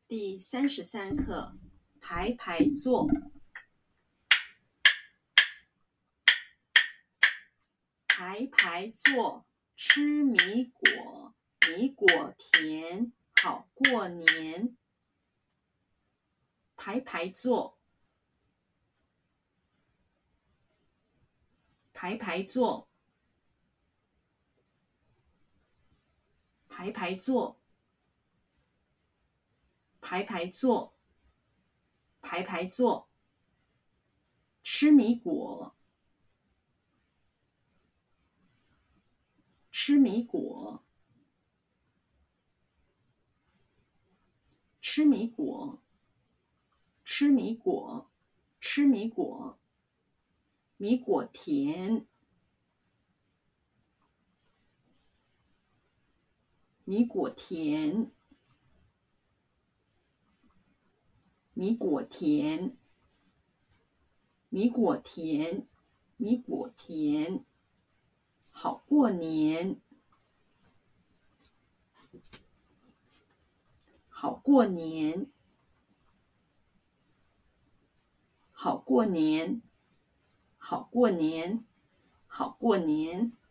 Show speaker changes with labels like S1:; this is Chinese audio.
S1: 第33课排排坐。排排坐，吃米果，米果甜，好过年。排排坐，排排坐，排排坐，排排坐，排排坐，吃米果，吃米果，吃米果，吃米果，吃米果，米果甜，米果甜，米果甜，米果甜，米果甜，好过年，好过年，好过年，好过年，好过年。